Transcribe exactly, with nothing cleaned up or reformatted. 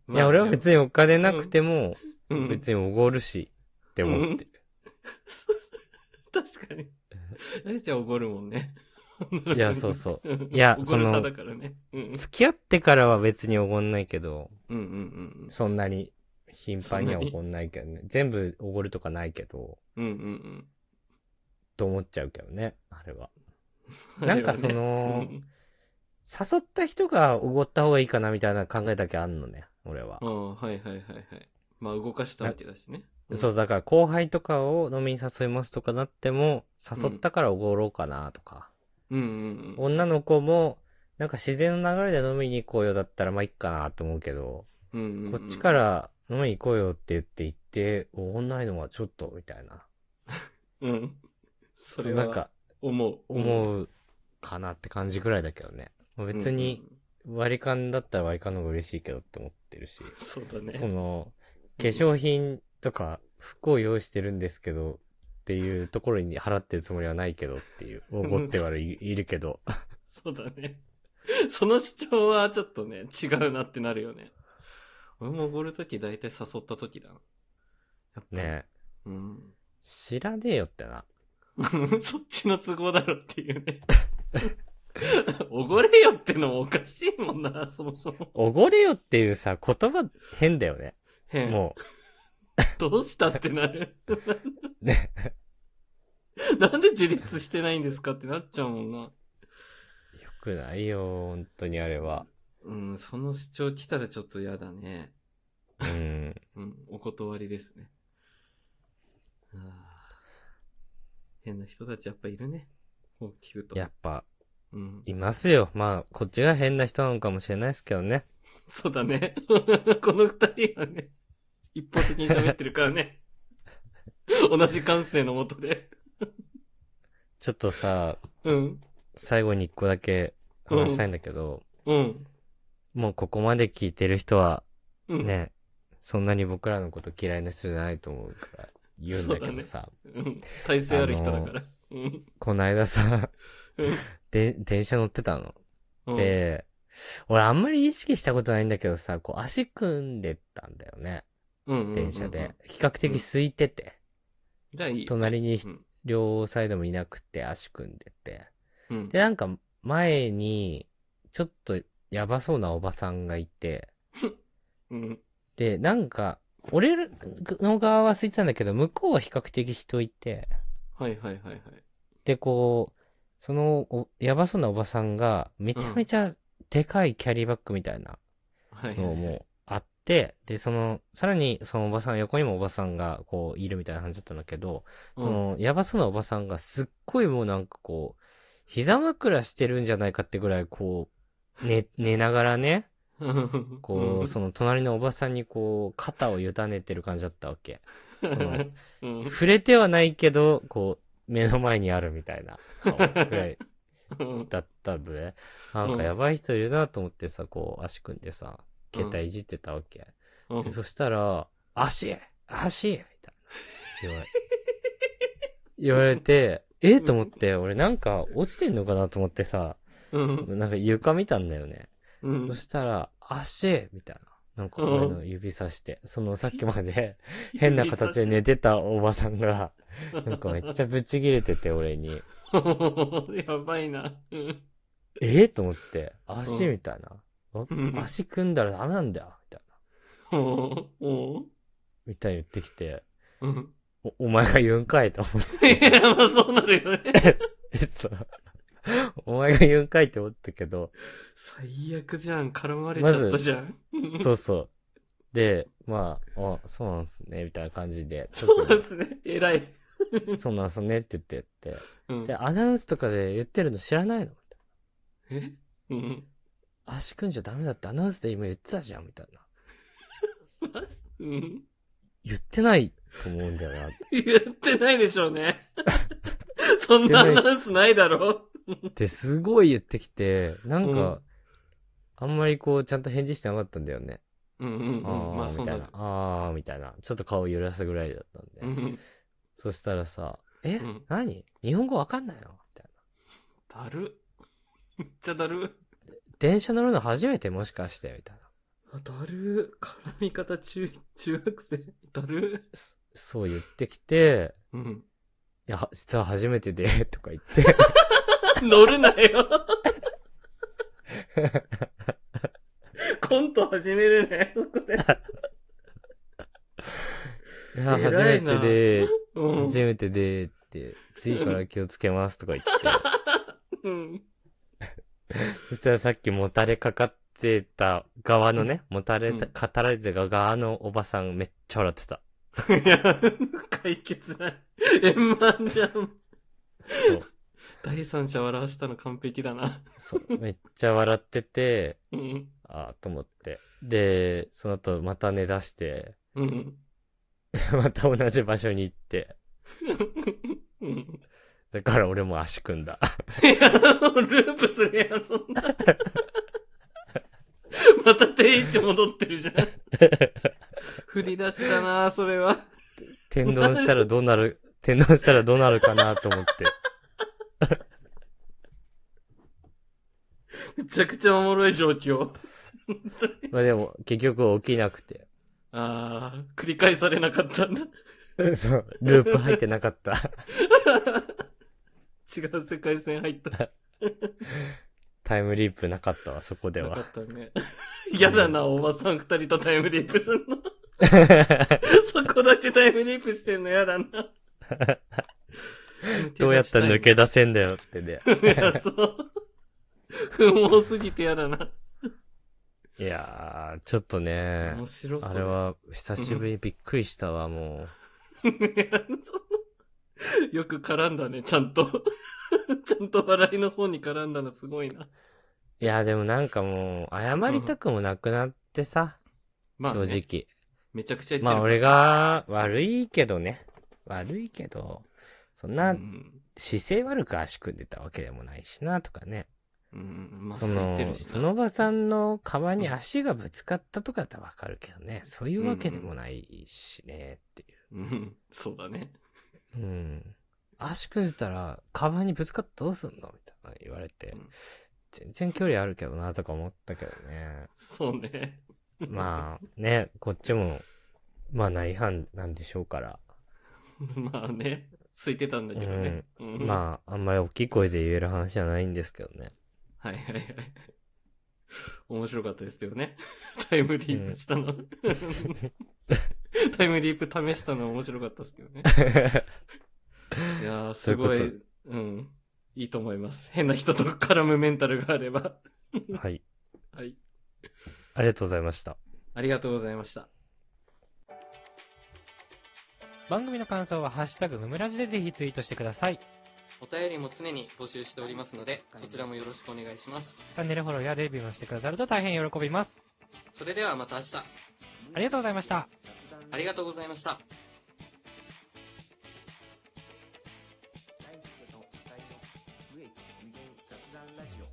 いや、 まあね。 俺は別にお金なくても、 うん。 別におごるし、って思ってる。 確かに。大体おごるもんね。 いや、そうそう。 うん。 いや、 おごる派その、 だからね。うん。 付き合ってからは別におごんないけど、 うんうんうんうん。 そんなに頻そんなに。 繁にはおごんないけどね。全部おごるとかないけど、 うんうんと思っちゃうけどね、あれは。 うん。あなんかそれはね。うの、 ん。 誘った人がおごった方がいいかなみたいな考えだけあんのね、俺は。 ああ、はいはいはいはい。まあ動かしたな相手だしね。うそう、 ん。 だから後輩とかを飲みに誘いますとかなっても、誘っうん。 たからおごろうかなとか。 うんうん女の子も、なんか自然の流れで飲みに行こうよだったらまあいっかなって思うけど、 うん。うんうんうこっちかんら飲みに行こうよって言って行って、おごんないのはちょっと、みたいな。 うん。うん。そそう、 れは、 なんか、 思う。うん。 思うかなって感じぐらいだけどね。 うんう別に、 ん。 割り勘だったら割り勘の方が嬉しいけどって思ってるし。 そうだね。 その、 うん。 化粧品とか服を用意してるんですけど、っていうところに払ってるつもりはないけどっていう、おごってそはいいるけど。 そうだね。その主張はちょっとね、違うなってなるよね。俺もおごるとき大体誘ったときだな。やっぱり。 ねえ、 うん。 知らねえよってな。 そっちの都合だろっていうね。おごれよってのもおかしいもんな、そもそも。 おごれよっていうさ、言葉変だよね。 変。 もどうしたってなる。 う、ね。 なんで自立してないんですかってなっちゃうもんな。 よくないよ、本当にあれは。 うん、その主張来たらちょっと嫌だね。 うん。 うん、お断りですね。あー変な人たちやっぱいるね。こう聞くと。 やっぱ、 うん。 いますよ。まあ、こっちが変な人なのかもしれないですけどね。 そうだね。この二人はね、一方的に喋ってるからね。同じ感性のもとで。 ちょっとさ、 うん。 最後に一個だけうん。 話したいんだけど、 うん。 もうここまで聞いてる人は、 うん。 ね、そんなに僕らのこと嫌いな人じゃないと思うから言うんだそうだね。 けどさ、 うん。体勢あある人だかの、 ら。うん。 こないださ、 うん。 で、電車乗ってたの。 うん。 で、俺あんまり意識したことないんだけどさ、こう足組んでたんだよね。 うん。うん。 電車で。 うん。 比較的うん。 空いてて。 じゃあいいよね。 隣にうん。 両サイドもいなくて足組んでて。 うん。 で、なんか前に、ちょっとやばそうなおばさんがいて、 うん。 で、なんか、俺の側は空いてたんだけど、向こうは比較的人いて、 はいはいはいはい。 で、こう、そのお、やばそうなおばさんが、めちゃめうん。 ちゃでかいキャリーバッグみたいなはいはいはい。 のもあって、で、その、さらにそのおばさん、横にもおばさんがこういるみたいな感じだったんだけど、 うん。 その、やばそうなおばさんがすっごいもうなんかこう、膝枕してるんじゃないかってぐらいこう、寝、寝ながらね、 うん。うこう、 ん。 その隣のおばさんにこう、肩を委ねてる感じだったわけ。その、 うん。 触れてはないけど、こう、目の前にあるみたいな顔ぐらいうん。 だったんで、なんかやうん。 ばい人いるなと思ってさ、こう、足組んでさ、 うん。 携帯いじってたわけ。で、 うん。 そしたら、足足みたいな。言われ、言われて、えと思って、俺なんか落ちてんのかなと思ってさ、 うん。 なんか床見たんだよね。そうん。 したら、足みたいな。なんかうん。 俺の指さして、そのさっきまで変な指差し。 形で寝てたおばさんが、なんかめっちゃブチ切れてて俺に、 やばいな。うん。 えー、と思って、 うん。 足みたいな。 うん。 足組んだらダメなんだよ、みたいな。 うん。 みたいに言ってきて、 うん。 お、お前が言うんかいと思っいて。 や、まあそうなるよね。 え、そう。お前が言うんかいって思ったけど、 最悪じゃん。絡まれちゃったまず、 じゃん。 そうそう。で、まあ、あ、そうなんすね、みたいな感じで、 そうなんで特に、 すね。偉い。 そうなんすねって言ってって、で、 うん。 アナウンスとかで言ってるの知らないのみたいえうん。 な。足組んじゃダメだってアナウンスで今言ってたじゃん、みたいな。 マジうん。 言ってないと思うんだよな。 言ってないでしょうね。そんなア言ってないし、 ナウンスないだろ。 ってすごい言ってきて、なんうん。 か、あんまりこう、ちゃんと返事してなかったんだよね。 うんうんうん。まああー、みたいな。 そうなる。 あー、みたいな。ちょっと顔揺らすぐらいだったんで。 うん。 そしたらさ、えうん。 何日本語わかんないのみたいな。 だる。めっちゃだる。 電車乗るの初めてもしかしてみたいな。 あ、だるー。絡み方中、中学生。だるそそう言ってきて、 ー。うん。 いや、実は初めてで、とか言って。 乗るなよ。コント始めるね、そこで。 いや、初め偉いな。 てで、 うん。 初めてで、って、次から気をつけますとか言って。 うん。 そしたらさっきもたれかかってた側のね、もたれた、 うん語られてた側のおばさんめっちゃ笑ってた。 いや、解決ない。円満じゃん。 そう。 第三者笑わしたの完璧だな。 そう。めっちゃ笑ってて、 うん。 ああ、と思って。で、その後また寝出して、 うん。 また同じ場所に行って、 うん。 だから俺も足組んだ。 いや、ループするやん、そんな。また定位置戻ってるじゃん。振り出しだな、それは。 天丼したらどうなる、天丼したらどうなるかなと思って。 めちゃくちゃおもろい状況。 まあでも、結局起きなくて。 ああ、繰り返されなかったんだ。 そう、ループ入ってなかった。 違う世界線入った。 タイムリープなかったわ、そこでは。 なかったね。嫌だな、おばさん二人とタイムリープすんの。そこだけタイムリープしてんの嫌だな。 どうやったら抜け出せんだよってね。 いや、そう。不毛すぎて嫌だな。 いやー、ちょっとね、 面白そう。 あれは久しぶりにびっくりしたわ、もいやそのよく絡んだね、ちゃんと。ちゃんと笑いの方に絡んだのすごいな。 う。いや、でもなんかもう、謝りたくもなくなってさ、 まあ、ね、 正直。 めちゃくちゃ言ってるまあ俺が悪いけどね。悪いけど、そんうなん、 姿勢悪く足組んでたわけでもないしな、とかね。 うん、まあ、 その、 空いてるしな。 その場さんの川に足がぶつかったとかだったらわかるけどね。そういうわけでもないしね、っていう。 うん、そうだね。 うん。足組んでたら、川にぶつかってどうすんのみたいな言われて、 うん、 全然距離あるけどな、とか思ったけどね。 そうね。 まあ、ね、こっちも、まあ内反なんでしょうから。 まあね、空いてたんだけどね。 ううん、 ん。まあ、あんまり大きい声で言える話じゃないんですけどね。 はいはいはい。面白かったですよね。タイムリープしたの。タイムリープ試したの面白かったですけどね。いやー、すごい、 そういううん。いいと思います。変な人と絡むメンタルがあれば。 はい。 はい。 ありがとうございました。 ありがとうございました。 番組の感想はハッシュタグムムラジでぜひツイートしてください。 お便りも常に募集しておりますので、そちらもよろしくお願いします。 チャンネルフォローやレビューもしてくださると大変喜びます。 それではまた明日。 ありがとうございました。 ありがとうございました。 大輔と二人の無益無限雑談ラジオ。